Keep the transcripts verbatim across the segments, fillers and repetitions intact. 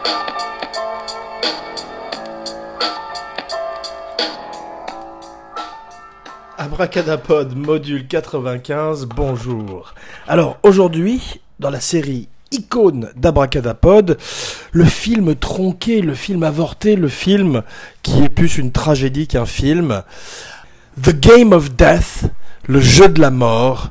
Abracadapod module quatre-vingt-quinze, bonjour. Alors aujourd'hui, dans la série Icône d'Abracadapod, le film tronqué, le film avorté, le film qui est plus une tragédie qu'un film, The Game of Death, le jeu de la mort,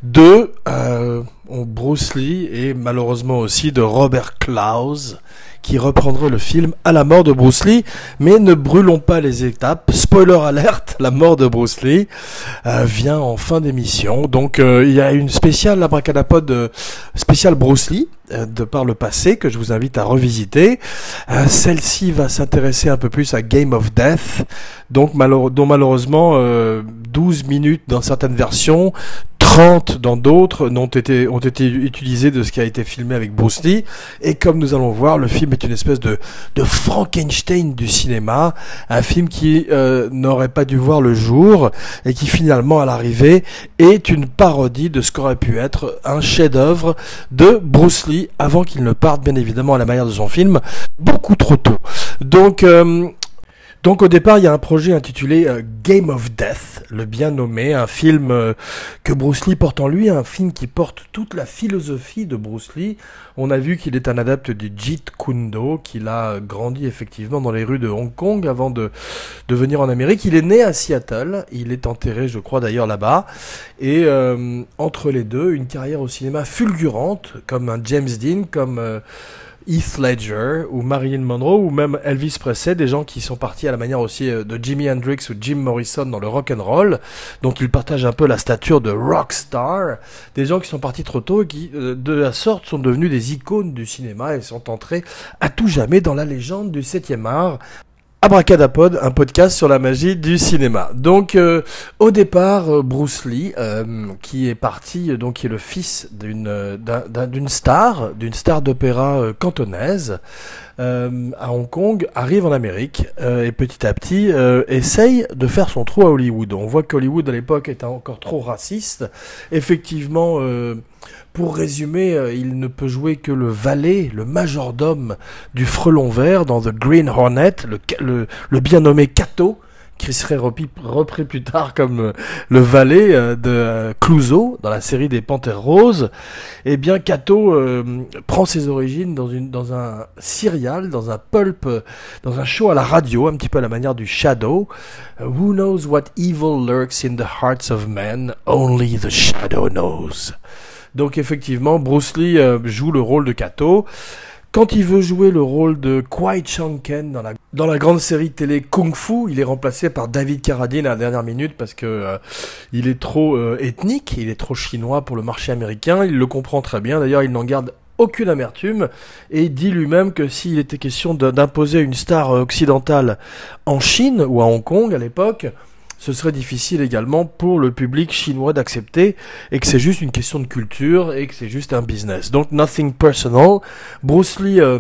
de euh, Bruce Lee et malheureusement aussi de Robert Clouse, qui reprendrait le film à la mort de Bruce Lee, mais ne brûlons pas les étapes. Spoiler alerte, la mort de Bruce Lee euh, vient en fin d'émission. Donc euh, il y a une spéciale Abracadapod euh, spéciale Bruce Lee euh, de par le passé que je vous invite à revisiter. Euh, celle-ci va s'intéresser un peu plus à Game of Death, donc malheure- dont malheureusement euh, douze minutes dans certaines versions, trente dans d'autres n'ont été, ont été utilisés de ce qui a été filmé avec Bruce Lee. Et comme nous allons voir, le film est une espèce de, de Frankenstein du cinéma, un film qui euh, n'aurait pas dû voir le jour et qui finalement à l'arrivée est une parodie de ce qu'aurait pu être un chef-d'œuvre de Bruce Lee avant qu'il ne parte bien évidemment à la manière de son film beaucoup trop tôt. Donc euh, Donc au départ, il y a un projet intitulé euh, Game of Death, le bien nommé, un film euh, que Bruce Lee porte en lui, un film qui porte toute la philosophie de Bruce Lee. On a vu qu'il est un adepte du Jeet Kune Do, qu'il a grandi effectivement dans les rues de Hong Kong avant de, de venir en Amérique. Il est né à Seattle, il est enterré, je crois d'ailleurs là-bas, et euh, entre les deux, une carrière au cinéma fulgurante, comme un James Dean, comme Euh, Heath Ledger ou Marilyn Monroe ou même Elvis Presley, des gens qui sont partis à la manière aussi de Jimi Hendrix ou Jim Morrison dans le rock and roll, donc ils partagent un peu la stature de rock star, des gens qui sont partis trop tôt et qui de la sorte sont devenus des icônes du cinéma et sont entrés à tout jamais dans la légende du septième art. Abracadapod, un podcast sur la magie du cinéma. Donc, euh, au départ, euh, Bruce Lee, euh, qui est parti, euh, donc qui est le fils d'une euh, d'un, d'un, d'une star, d'une star d'opéra euh, cantonaise euh, à Hong Kong, arrive en Amérique euh, et petit à petit euh, essaye de faire son trou à Hollywood. On voit qu'Hollywood à l'époque était encore trop raciste. Effectivement. Euh, Pour résumer, euh, il ne peut jouer que le valet, le majordome du Frelon Vert dans The Green Hornet, le, le, le bien nommé Kato, qui serait repris, repris plus tard comme euh, le valet euh, de euh, Clouseau dans la série des Panthères Roses. Eh bien, Kato euh, prend ses origines dans, une, dans un serial, dans un pulp, euh, dans un show à la radio, un petit peu à la manière du Shadow. Uh, Who knows what evil lurks in the hearts of men? Only the Shadow knows. Donc effectivement, Bruce Lee euh, joue le rôle de Kato. Quand il veut jouer le rôle de Kwai Chang-ken dans la, dans la grande série télé Kung Fu, il est remplacé par David Carradine à la dernière minute parce que euh, il est trop euh, ethnique, il est trop chinois pour le marché américain. Il le comprend très bien, d'ailleurs il n'en garde aucune amertume et il dit lui-même que s'il était question de, d'imposer une star occidentale en Chine ou à Hong Kong à l'époque, ce serait difficile également pour le public chinois d'accepter et que c'est juste une question de culture et que c'est juste un business. Donc, nothing personal. Bruce Lee euh,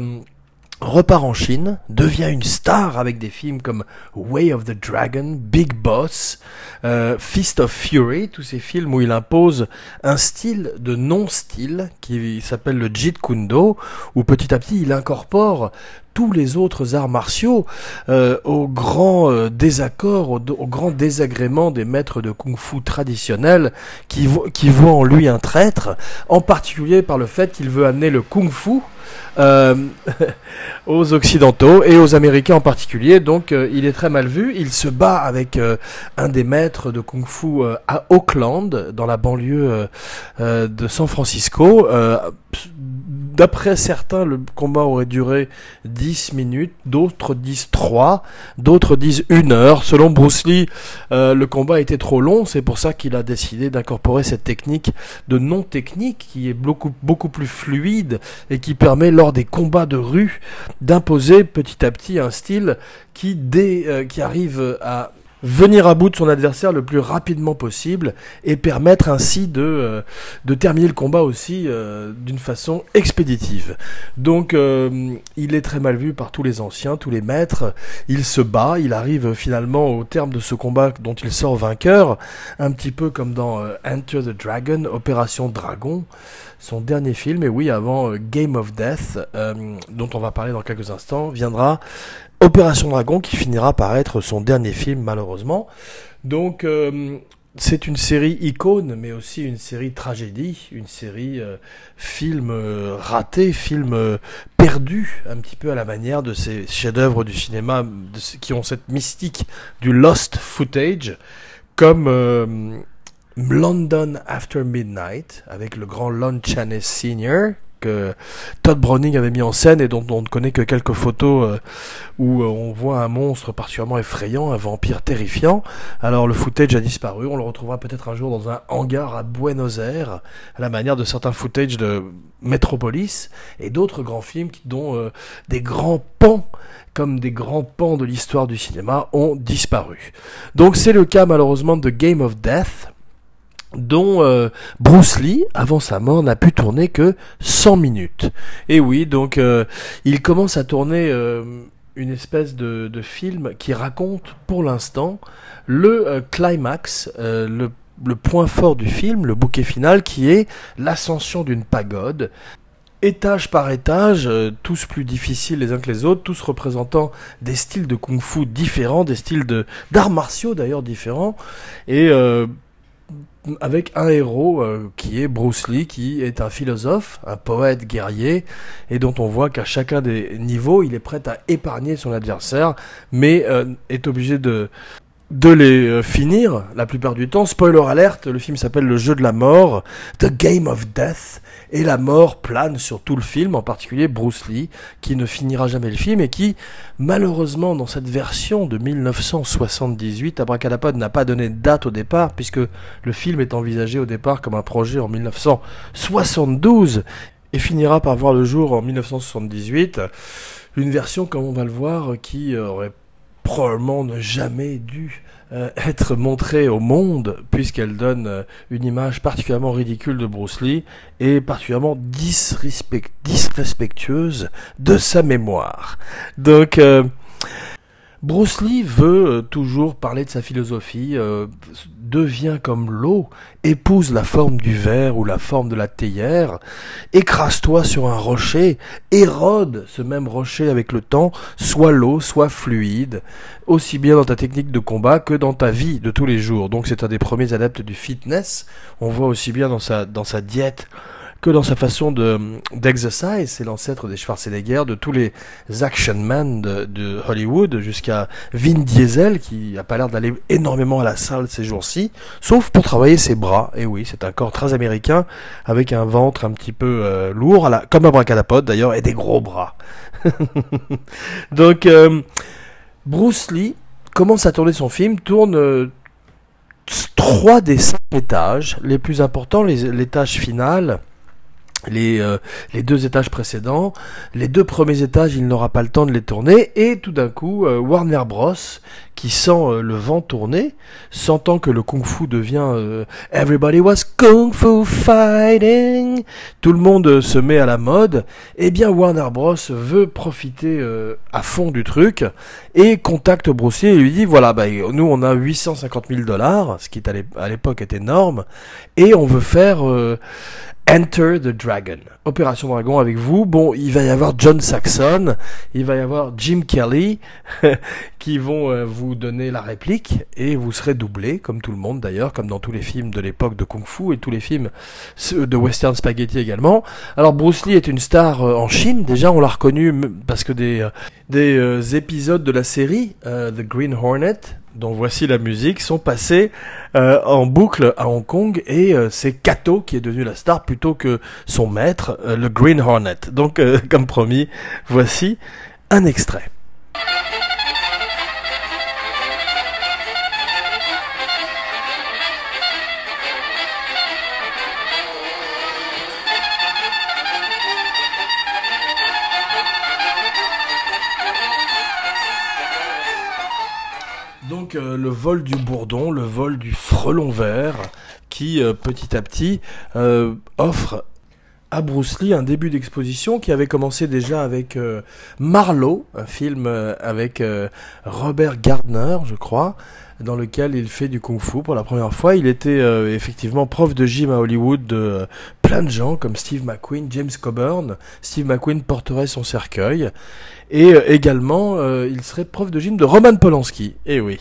repart en Chine, devient une star avec des films comme Way of the Dragon, Big Boss, euh, Fist of Fury, tous ces films où il impose un style de non-style qui s'appelle le Jeet Kune Do, où petit à petit il incorpore tous les autres arts martiaux euh, au grand euh, désaccord, au, au grand désagrément des maîtres de kung-fu traditionnels qui, vo- qui voient en lui un traître, en particulier par le fait qu'il veut amener le kung-fu euh, aux Occidentaux et aux Américains en particulier. Donc euh, il est très mal vu. Il se bat avec euh, un des maîtres de kung-fu euh, à Oakland, dans la banlieue euh, euh, de San Francisco. Euh, D'après certains, le combat aurait duré dix minutes, d'autres disent trois, d'autres disent une heure. Selon Bruce Lee, euh, le combat était trop long, c'est pour ça qu'il a décidé d'incorporer cette technique de non-technique qui est beaucoup, beaucoup plus fluide et qui permet lors des combats de rue d'imposer petit à petit un style qui, dès, euh, qui arrive à venir à bout de son adversaire le plus rapidement possible et permettre ainsi de, euh, de terminer le combat aussi euh, d'une façon expéditive. Donc euh, il est très mal vu par tous les anciens, tous les maîtres, il se bat, il arrive finalement au terme de ce combat dont il sort vainqueur, un petit peu comme dans euh, Enter the Dragon, Opération Dragon, son dernier film, et oui, avant euh, Game of Death, euh, dont on va parler dans quelques instants, viendra Opération Dragon, qui finira par être son dernier film malheureusement. Donc euh, c'est une série icône, mais aussi une série tragédie, une série euh, film euh, raté, film euh, perdu, un petit peu à la manière de ces chefs-d'œuvre du cinéma de, qui ont cette mystique du lost footage, comme euh, London After Midnight, avec le grand Lon Chaney senior, que Todd Browning avait mis en scène et dont on ne connaît que quelques photos euh, où euh, on voit un monstre particulièrement effrayant, un vampire terrifiant. Alors le footage a disparu, on le retrouvera peut-être un jour dans un hangar à Buenos Aires, à la manière de certains footage de Metropolis et d'autres grands films qui, dont euh, des grands pans, comme des grands pans de l'histoire du cinéma, ont disparu. Donc c'est le cas malheureusement de Game of Death, dont euh, Bruce Lee, avant sa mort, n'a pu tourner que cent minutes. Et oui, donc euh, il commence à tourner euh, une espèce de, de film qui raconte, pour l'instant, le euh, climax, euh, le, le point fort du film, le bouquet final, qui est l'ascension d'une pagode, étage par étage, euh, tous plus difficiles les uns que les autres, tous représentant des styles de kung-fu différents, des styles de d'arts martiaux d'ailleurs différents, et euh, avec un héros euh, qui est Bruce Lee, qui est un philosophe, un poète guerrier, et dont on voit qu'à chacun des niveaux, il est prêt à épargner son adversaire, mais euh, est obligé de, de les euh, finir la plupart du temps. Spoiler alert, le film s'appelle Le Jeu de la Mort, The Game of Death, et la mort plane sur tout le film, en particulier Bruce Lee, qui ne finira jamais le film et qui, malheureusement, dans cette version de mille neuf cent soixante-dix-huit, Abracadapod n'a pas donné de date au départ, puisque le film est envisagé au départ comme un projet en mille neuf cent soixante-douze et finira par voir le jour en mille neuf cent soixante-dix-huit, une version, comme on va le voir, qui aurait probablement ne jamais dû euh, être montrée au monde, puisqu'elle donne euh, une image particulièrement ridicule de Bruce Lee et particulièrement disrespect- disrespectueuse de sa mémoire. Donc euh, Bruce Lee veut euh, toujours parler de sa philosophie, euh, devient comme l'eau, épouse la forme du verre ou la forme de la théière, écrase-toi sur un rocher, érode ce même rocher avec le temps, soit l'eau, soit fluide, aussi bien dans ta technique de combat que dans ta vie de tous les jours. Donc c'est un des premiers adeptes du fitness, on voit aussi bien dans sa, dans sa diète que dans sa façon de d'exercise. C'est l'ancêtre des Schwarzenegger, de tous les action men de, de Hollywood, jusqu'à Vin Diesel, qui a pas l'air d'aller énormément à la salle ces jours-ci, sauf pour travailler ses bras. Et oui, c'est un corps très américain, avec un ventre un petit peu euh, lourd, à la, comme Abracadapod d'ailleurs, et des gros bras. Donc, euh, Bruce Lee commence à tourner son film, tourne euh, trois des cinq étages, les plus importants, les, l'étage final, Les, euh, les deux étages précédents, les deux premiers étages, il n'aura pas le temps de les tourner, et tout d'un coup, euh, Warner Bros, qui sent euh, le vent tourner, sentant que le kung-fu devient euh, Everybody was kung-fu fighting, tout le monde euh, se met à la mode, et bien Warner Bros veut profiter euh, à fond du truc, et contacte Bruce Lee et lui dit, voilà, bah, nous on a huit cent cinquante mille dollars, ce qui à l'époque est énorme, et on veut faire... Euh, Enter the Dragon, Opération Dragon avec vous. Bon, il va y avoir John Saxon, il va y avoir Jim Kelly qui vont euh, vous donner la réplique et vous serez doublé, comme tout le monde d'ailleurs, comme dans tous les films de l'époque de Kung Fu et tous les films de Western Spaghetti également. Alors Bruce Lee est une star euh, en Chine, déjà on l'a reconnu parce que des, euh, des euh, épisodes de la série euh, The Green Hornet, dont voici la musique, sont passés euh, en boucle à Hong Kong, et euh, c'est Kato qui est devenu la star plutôt que son maître, euh, le Green Hornet. Donc, euh, comme promis, voici un extrait. Donc donc euh, le vol du bourdon, le vol du frelon vert, qui euh, petit à petit euh, offre à Bruce Lee un début d'exposition qui avait commencé déjà avec euh, Marlowe, un film euh, avec euh, Robert Gardner, je crois, dans lequel il fait du kung-fu pour la première fois. Il était euh, effectivement prof de gym à Hollywood de euh, plein de gens comme Steve McQueen, James Coburn. Steve McQueen porterait son cercueil. Et euh, également, euh, il serait prof de gym de Roman Polanski. Eh oui.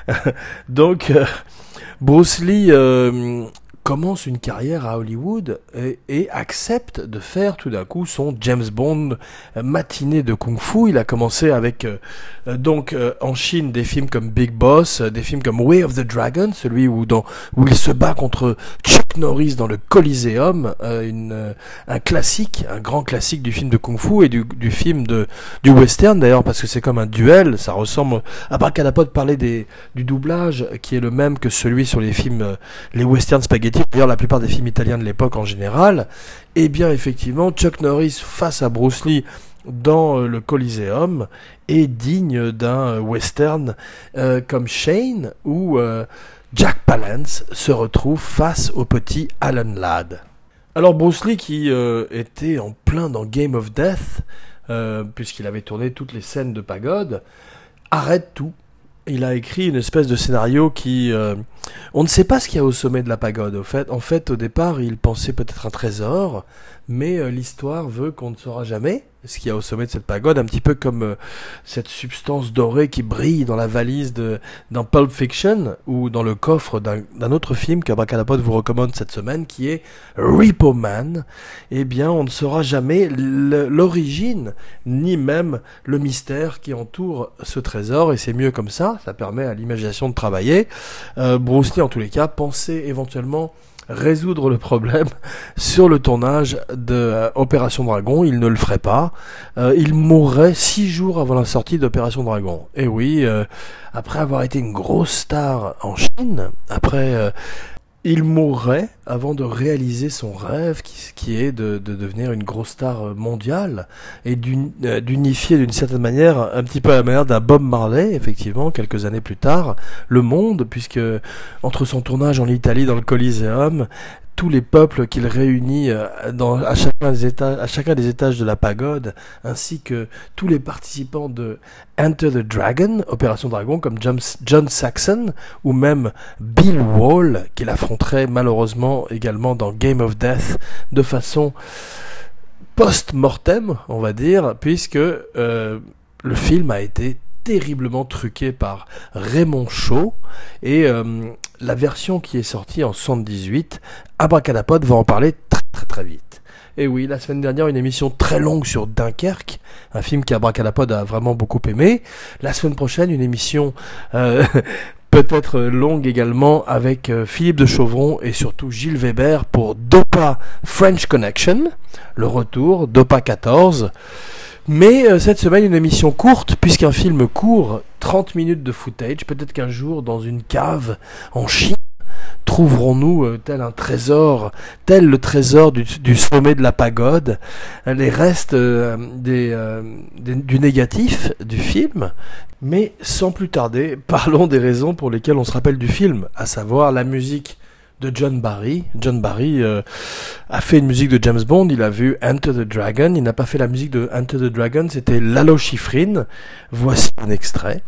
Donc, euh, Bruce Lee euh, commence une carrière à Hollywood et, et accepte de faire tout d'un coup son James Bond euh, matinée de kung-fu. Il a commencé avec euh, euh, donc euh, en Chine des films comme Big Boss, euh, des films comme Way of the Dragon, celui où, dans, où il se bat contre Chuck Norris dans le Coliseum, euh, une, euh, un classique, un grand classique du film de kung-fu et du, du film de du western d'ailleurs, parce que c'est comme un duel, ça ressemble. Abracadapod parlait des du doublage qui est le même que celui sur les films, euh, les western spaghetti. D'ailleurs, la plupart des films italiens de l'époque en général, eh bien, effectivement, Chuck Norris face à Bruce Lee dans euh, le Coliseum est digne d'un euh, western euh, comme Shane, où euh, Jack Palance se retrouve face au petit Alan Ladd. Alors, Bruce Lee, qui euh, était en plein dans Game of Death, euh, puisqu'il avait tourné toutes les scènes de pagode, arrête tout. Il a écrit une espèce de scénario qui... Euh, on ne sait pas ce qu'il y a au sommet de la pagode. Au fait, en fait, au départ, il pensait peut-être un trésor, mais euh, l'histoire veut qu'on ne saura jamais ce qu'il y a au sommet de cette pagode, un petit peu comme euh, cette substance dorée qui brille dans la valise de, dans Pulp Fiction, ou dans le coffre d'un, d'un autre film qu'Abracadapod vous recommande cette semaine, qui est Repo Man. Eh bien, on ne saura jamais l'origine, ni même le mystère qui entoure ce trésor, et c'est mieux comme ça, ça permet à l'imagination de travailler. Euh, Bruce Lee, en tous les cas, pensait éventuellement résoudre le problème sur le tournage de euh, Opération Dragon. Il ne le ferait pas. Euh, il mourrait six jours avant la sortie d'Opération Dragon. Et oui, euh, après avoir été une grosse star en Chine, après... Euh, il mourrait avant de réaliser son rêve qui, qui est de, de devenir une grosse star mondiale et d'uni, euh, d'unifier d'une certaine manière, un petit peu à la manière d'un Bob Marley, effectivement, quelques années plus tard, le monde, puisque entre son tournage en Italie dans le Coliseum, tous les peuples qu'il réunit dans, à, chacun des étages, à chacun des étages de la pagode, ainsi que tous les participants de Enter the Dragon, Opération Dragon, comme John, John Saxon, ou même Bill Wall, qu'il affronterait malheureusement également dans Game of Death, de façon post-mortem, on va dire, puisque euh, le film a été terriblement truqué par Raymond Shaw, et euh, la version qui est sortie en soixante-dix-huit, Abracadapod va en parler très très très vite. Et oui, la semaine dernière, une émission très longue sur Dunkerque, un film qu'Abracadapod a vraiment beaucoup aimé. La semaine prochaine, une émission euh, peut-être longue également avec euh, Philippe de Chauvron et surtout Gilles Weber pour Dopa French Connection, le retour, Dopa quatorze. Mais euh, cette semaine, une émission courte, puisqu'un film court, trente minutes de footage. Peut-être qu'un jour, dans une cave en Chine, trouverons-nous euh, tel un trésor, tel le trésor du, du sommet de la pagode, les restes euh, des, euh, des, du négatif du film. Mais sans plus tarder, parlons des raisons pour lesquelles on se rappelle du film, à savoir la musique de John Barry. John Barry euh, a fait une musique de James Bond, il a vu Enter the Dragon, il n'a pas fait la musique de Enter the Dragon, c'était Lalo Schifrin. Voici un extrait.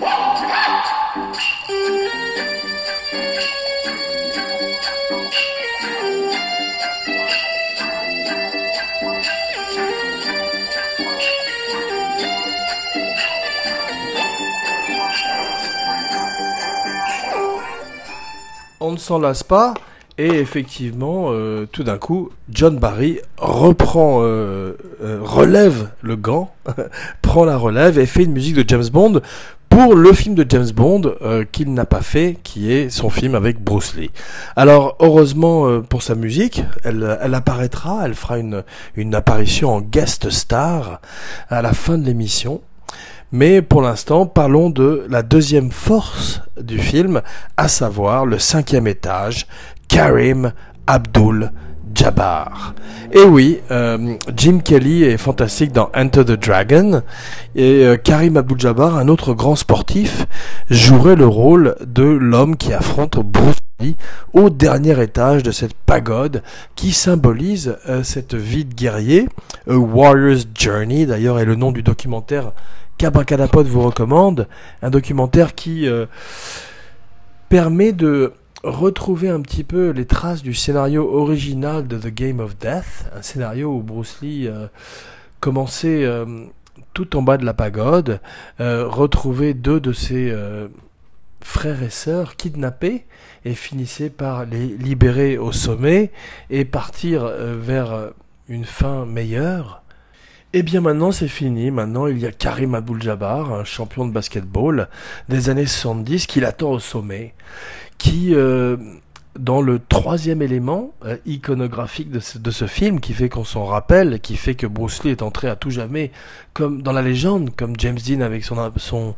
On ne s'en lasse pas, et effectivement, euh, tout d'un coup, John Barry reprend, euh, euh, relève le gant, prend la relève et fait une musique de James Bond pour le film de James Bond euh, qu'il n'a pas fait, qui est son film avec Bruce Lee. Alors, heureusement euh, pour sa musique, elle, elle apparaîtra, elle fera une, une apparition en guest star à la fin de l'émission. Mais pour l'instant, parlons de la deuxième force du film, à savoir le cinquième étage, Karim Abdul Abdul-Jabbar. Et oui, euh, Jim Kelly est fantastique dans Enter the Dragon, et euh, Karim Abdul-Jabbar, un autre grand sportif, jouerait le rôle de l'homme qui affronte Bruce Lee au dernier étage de cette pagode qui symbolise euh, cette vie de guerrier. A Warrior's Journey, d'ailleurs, est le nom du documentaire qu'Abracadapod vous recommande, un documentaire qui euh, permet de retrouver un petit peu les traces du scénario original de The Game of Death, un scénario où Bruce Lee euh, commençait euh, tout en bas de la pagode, euh, retrouver deux de ses euh, frères et sœurs kidnappés et finissait par les libérer au sommet et partir euh, vers euh, une fin meilleure. Et bien maintenant c'est fini, maintenant il y a Karim Abdul-Jabbar, un champion de basketball des années soixante-dix qui l'attend au sommet, qui euh, dans le troisième élément euh, iconographique de ce, de ce film, qui fait qu'on s'en rappelle, qui fait que Bruce Lee est entré à tout jamais comme dans la légende, comme James Dean avec son, son,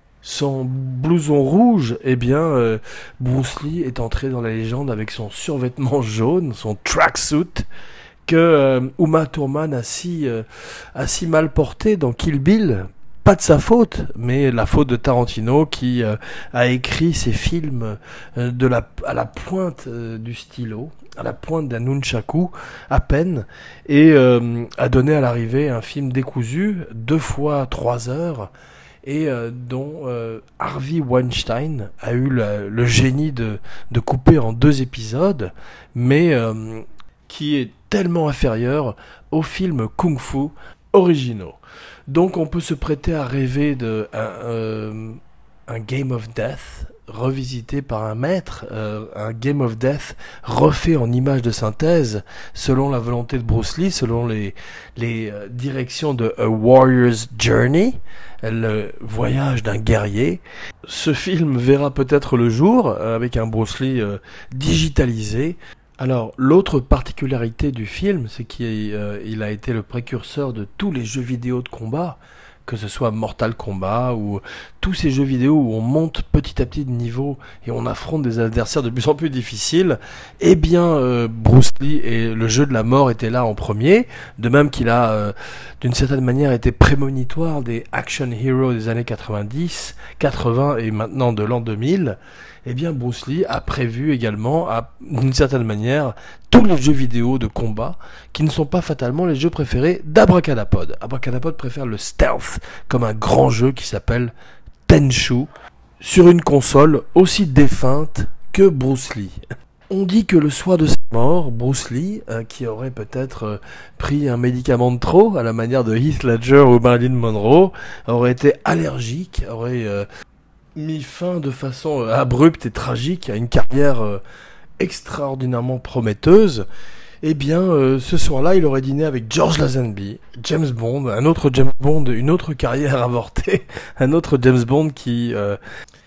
son blouson rouge, eh bien euh, Bruce Lee est entré dans la légende avec son survêtement jaune, son tracksuit, que euh, Uma Thurman a si, euh, a si mal porté dans Kill Bill. Pas de sa faute, mais la faute de Tarantino qui euh, a écrit ses films euh, de la, à la pointe euh, du stylo, à la pointe d'un nunchaku à peine, et euh, a donné à l'arrivée un film décousu, deux fois trois heures, et euh, dont euh, Harvey Weinstein a eu le, le génie de, de couper en deux épisodes, mais euh, qui est tellement inférieur aux films kung-fu originaux. Donc on peut se prêter à rêver de un, euh, un Game of Death revisité par un maître, euh, un Game of Death refait en images de synthèse selon la volonté de Bruce Lee, selon les, les euh, directions de A Warrior's Journey, le voyage d'un guerrier. Ce film verra peut-être le jour euh, avec un Bruce Lee euh, digitalisé. Alors, l'autre particularité du film, c'est qu'il euh, il a été le précurseur de tous les jeux vidéo de combat, que ce soit Mortal Kombat ou tous ces jeux vidéo où on monte petit à petit de niveau et on affronte des adversaires de plus en plus difficiles. Eh bien, euh, Bruce Lee et le jeu de la mort était là en premier, de même qu'il a, euh, d'une certaine manière, été prémonitoire des action heroes des années quatre-vingt-dix, quatre-vingts et maintenant de l'an deux mille. Eh bien, Bruce Lee a prévu également, à, d'une certaine manière, tous les jeux vidéo de combat qui ne sont pas fatalement les jeux préférés d'Abracadapod. Abracadapod préfère le stealth comme un grand jeu qui s'appelle Tenchu sur une console aussi défunte que Bruce Lee. On dit que le soir de sa mort, Bruce Lee, euh, qui aurait peut-être euh, pris un médicament de trop, à la manière de Heath Ledger ou Marilyn Monroe, aurait été allergique, aurait euh, mis fin de façon euh, abrupte et tragique à une carrière euh, extraordinairement prometteuse. Eh bien, euh, ce soir-là, il aurait dîné avec George Lazenby, James Bond, un autre James Bond, une autre carrière avortée, un autre James Bond qui euh,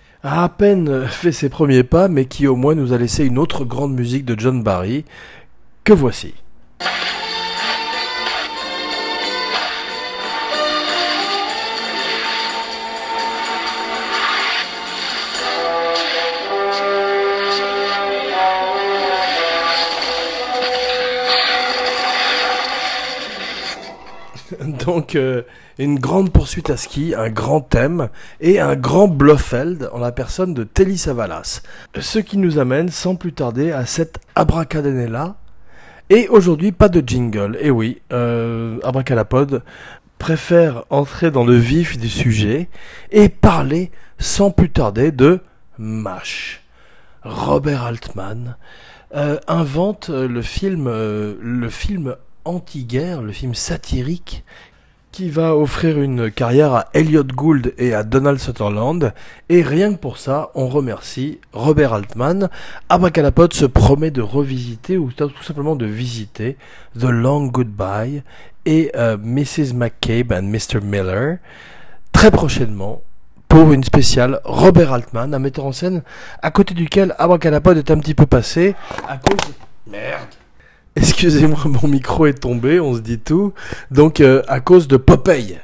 a à peine fait ses premiers pas, mais qui au moins nous a laissé une autre grande musique de John Barry, que voici. Donc euh, une grande poursuite à ski, un grand thème et un grand Blofeld en la personne de Telly Savalas. Ce qui nous amène sans plus tarder à cette Abracadabra. Et aujourd'hui pas de jingle. Et oui, euh, Abracadapod préfère entrer dans le vif du sujet et parler sans plus tarder de MASH. Robert Altman euh, invente le film, euh, le film anti-guerre, le film satirique qui va offrir une carrière à Elliot Gould et à Donald Sutherland, et rien que pour ça, on remercie Robert Altman. Abracadapod se promet de revisiter ou tout simplement de visiter The Long Goodbye et euh, missus McCabe and mister Miller très prochainement pour une spéciale Robert Altman, un metteur en scène à côté duquel Abracadapod est un petit peu passé à cause... Merde. Excusez-moi, mon micro est tombé, on se dit tout. Donc, euh, à cause de Popeye.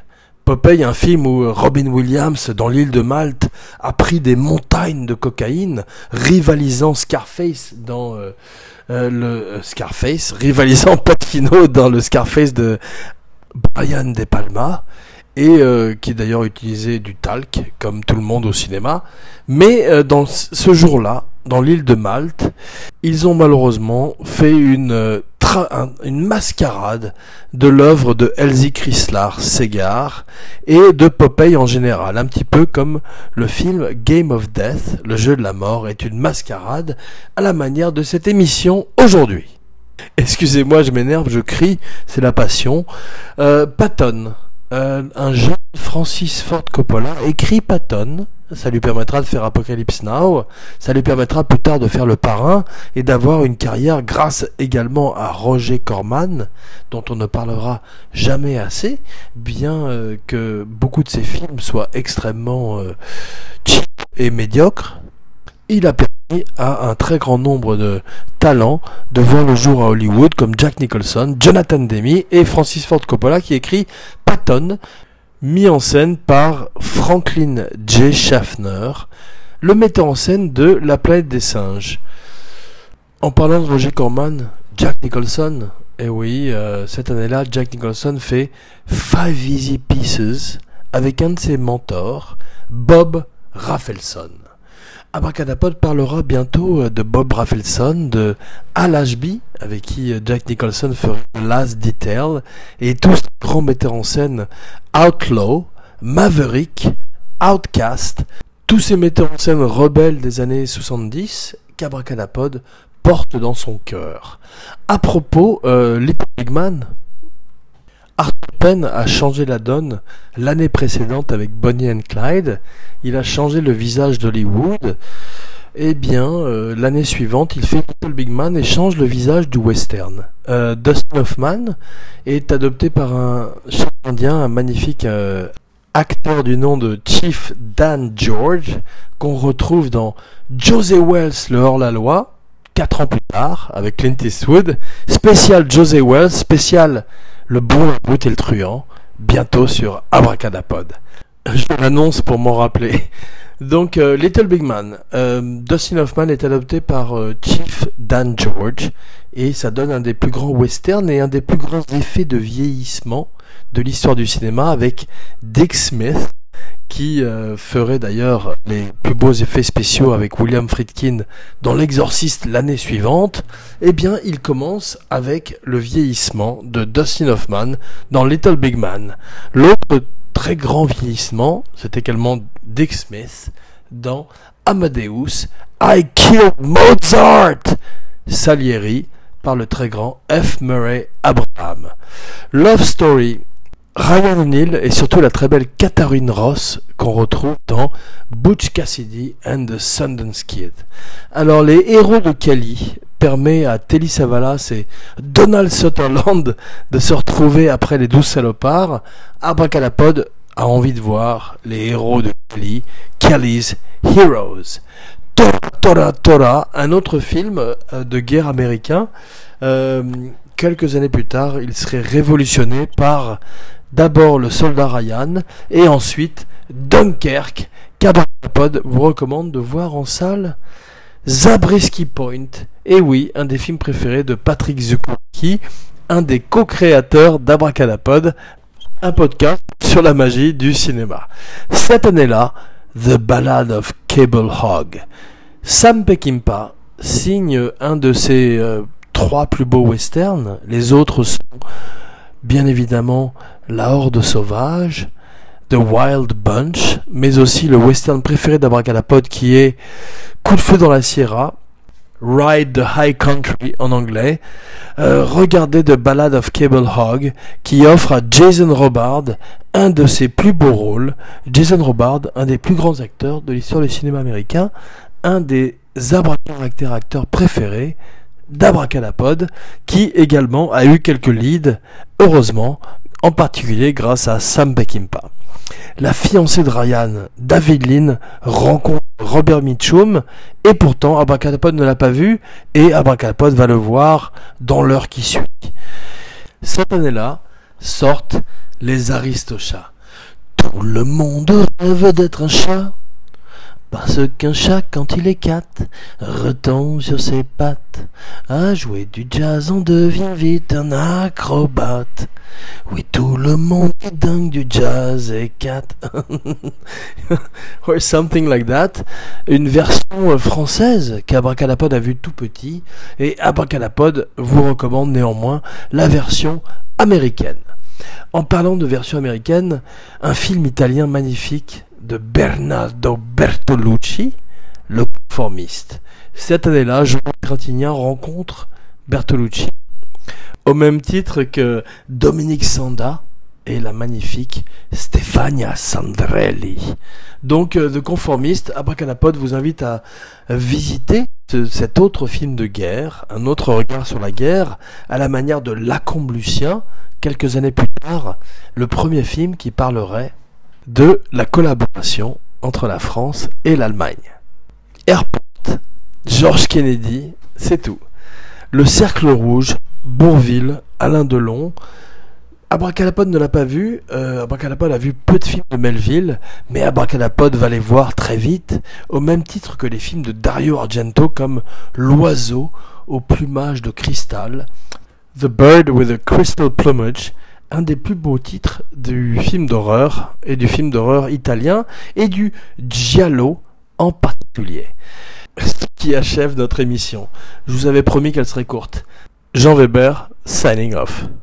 Popeye, un film où Robin Williams, dans l'île de Malte, a pris des montagnes de cocaïne, rivalisant Scarface dans euh, euh, le euh, Scarface, rivalisant Pacino dans le Scarface de Brian De Palma, et euh, qui d'ailleurs utilisait du talc, comme tout le monde au cinéma. Mais euh, dans ce jour-là, dans l'île de Malte, ils ont malheureusement fait une euh, une mascarade de l'œuvre de Elzie Chrysler Segar et de Popeye en général, un petit peu comme le film Game of Death, le jeu de la mort, est une mascarade à la manière de cette émission aujourd'hui. Excusez-moi, je m'énerve, je crie, c'est la passion. Euh, Patton, euh, un jeune Francis Ford Coppola écrit Patton. Ça lui permettra de faire Apocalypse Now, ça lui permettra plus tard de faire Le Parrain et d'avoir une carrière grâce également à Roger Corman, dont on ne parlera jamais assez, bien euh, que beaucoup de ses films soient extrêmement euh, cheap et médiocres. Il a permis à un très grand nombre de talents de voir le jour à Hollywood, comme Jack Nicholson, Jonathan Demme et Francis Ford Coppola, qui écrit Patton, mis en scène par Franklin J. Schaffner, le metteur en scène de La Planète des Singes. En parlant de Roger Corman, Jack Nicholson, et oui, euh, cette année-là, Jack Nicholson fait Five Easy Pieces avec un de ses mentors, Bob Rafelson. Abracadapod parlera bientôt de Bob Rafelson, de Hal Ashby, avec qui Jack Nicholson ferait Last Detail, et tous ces grands metteurs en scène, Outlaw, Maverick, Outcast, tous ces metteurs en scène rebelles des années soixante-dix, qu'Abracadapod porte dans son cœur. À propos, euh, Little Big Man, Arthur Penn a changé la donne l'année précédente avec Bonnie and Clyde. Il a changé le visage d'Hollywood. Eh bien, euh, l'année suivante, il fait Little Big Man et change le visage du western. Euh, Dustin Hoffman est adopté par un chef indien, un magnifique euh, acteur du nom de Chief Dan George, qu'on retrouve dans José Wells, le hors-la-loi, quatre ans plus tard, avec Clint Eastwood. Spécial José Wells, spécial Le Bon, le Brut et le Truand, bientôt sur Abracadapod. Je l'annonce pour m'en rappeler. Donc, euh, Little Big Man, euh, Dustin Hoffman est adopté par euh, Chief Dan George, et ça donne un des plus grands westerns et un des plus grands effets de vieillissement de l'histoire du cinéma, avec Dick Smith, qui euh, ferait d'ailleurs les plus beaux effets spéciaux avec William Friedkin dans L'Exorciste l'année suivante. Eh bien, il commence avec le vieillissement de Dustin Hoffman dans Little Big Man. L'autre très grand vieillissement, c'est également Dick Smith dans Amadeus, I Killed Mozart, Salieri, par le très grand F. Murray Abraham. Love Story, Ryan O'Neal et surtout la très belle Katharine Ross qu'on retrouve dans Butch Cassidy and the Sundance Kid. Alors, les héros de Cali permet à Telly Savalas et Donald Sutherland de se retrouver après les douze salopards. Abracadapod a envie de voir les héros de Cali, Cali's Heroes. Tora Tora Tora, un autre film euh, de guerre américain. Euh, quelques années plus tard, il serait révolutionné par d'abord le soldat Ryan et ensuite Dunkerque, qu'Abracadapod vous recommande de voir en salle. Zabriskie Point, et oui, un des films préférés de Patrick Zucchini, un des co-créateurs d'Abracadapod, un podcast sur la magie du cinéma. Cette année-là, The Ballad of Cable Hog. Sam Peckinpah signe un de ses euh, trois plus beaux westerns. Les autres sont bien évidemment La Horde Sauvage, The Wild Bunch, mais aussi le western préféré d'Abracadapod qui est Coup de feu dans la Sierra, Ride the High Country en anglais. Euh, regardez The Ballad of Cable Hog qui offre à Jason Robard un de ses plus beaux rôles. Jason Robard, un des plus grands acteurs de l'histoire du cinéma américain, un des abracadacteurs préférés d'Abracadapod, qui également a eu quelques leads, heureusement, en particulier grâce à Sam Peckinpah. La fiancée de Ryan, David Lean, rencontre Robert Mitchum, et pourtant Abracadapod ne l'a pas vu, et Abracadapod va le voir dans l'heure qui suit. Cette année-là sortent les Aristochats. Tout le monde rêve d'être un chat, parce qu'un chat, quand il est quatre, retombe sur ses pattes. À jouer du jazz, on devient vite un acrobate. Oui, tout le monde est dingue du jazz et cat. Or something like that. Une version française qu'Abracadapod a vue tout petit. Et Abracadapod vous recommande néanmoins la version américaine. En parlant de version américaine, un film italien magnifique de Bernardo Bertolucci, Le Conformiste. Cette année-là, Jean Trintignant rencontre Bertolucci, au même titre que Dominique Sanda et la magnifique Stefania Sandrelli. Donc, euh, The Conformiste, Abracadapod vous invite à visiter ce, cet autre film de guerre, un autre regard sur la guerre, à la manière de Lacombe Lucien, quelques années plus tard, le premier film qui parlerait de la collaboration entre la France et l'Allemagne. Airport, George Kennedy, c'est tout. Le Cercle Rouge, Bourvil, Alain Delon. Abracadapod ne l'a pas vu, euh, Abracadapod a vu peu de films de Melville, mais Abracadapod va les voir très vite, au même titre que les films de Dario Argento comme L'Oiseau au plumage de cristal, The Bird with a Crystal Plumage, un des plus beaux titres du film d'horreur, et du film d'horreur italien, et du giallo en particulier. Ce qui achève notre émission. Je vous avais promis qu'elle serait courte. Jean Weber, signing off.